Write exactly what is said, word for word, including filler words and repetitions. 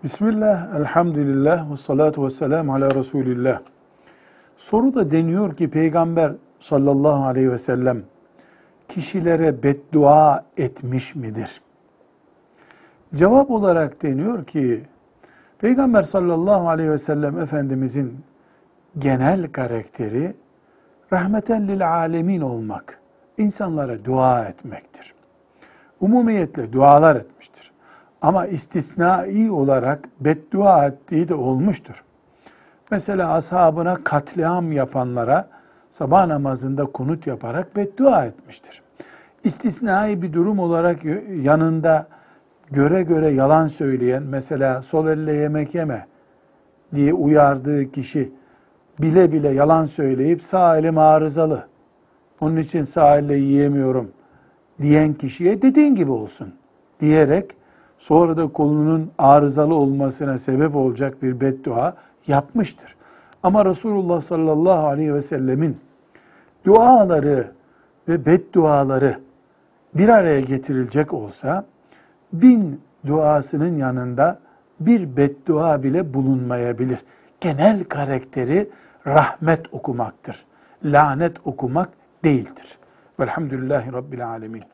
Bismillah, elhamdülillah, ve salatu ve selamu ala Resulillah. Soruda deniyor ki Peygamber sallallahu aleyhi ve sellem kişilere beddua etmiş midir? Cevap olarak deniyor ki Peygamber sallallahu aleyhi ve sellem Efendimizin genel karakteri rahmeten lil alemin olmak, insanlara dua etmektir. Umumiyetle dualar etmiştir. Ama istisnai olarak beddua ettiği de olmuştur. Mesela ashabına katliam yapanlara sabah namazında kunut yaparak beddua etmiştir. İstisnai bir durum olarak yanında göre göre yalan söyleyen, mesela sol elle yemek yeme diye uyardığı kişi bile bile yalan söyleyip sağ elim arızalı, onun için sağ elle yiyemiyorum diyen kişiye dediğin gibi olsun diyerek sonra da kolunun arızalı olmasına sebep olacak bir beddua yapmıştır. Ama Resulullah sallallahu aleyhi ve sellemin duaları ve bedduaları bir araya getirilecek olsa bin duasının yanında bir beddua bile bulunmayabilir. Genel karakteri rahmet okumaktır. Lanet okumak değildir. Velhamdülillahi Rabbil alemin.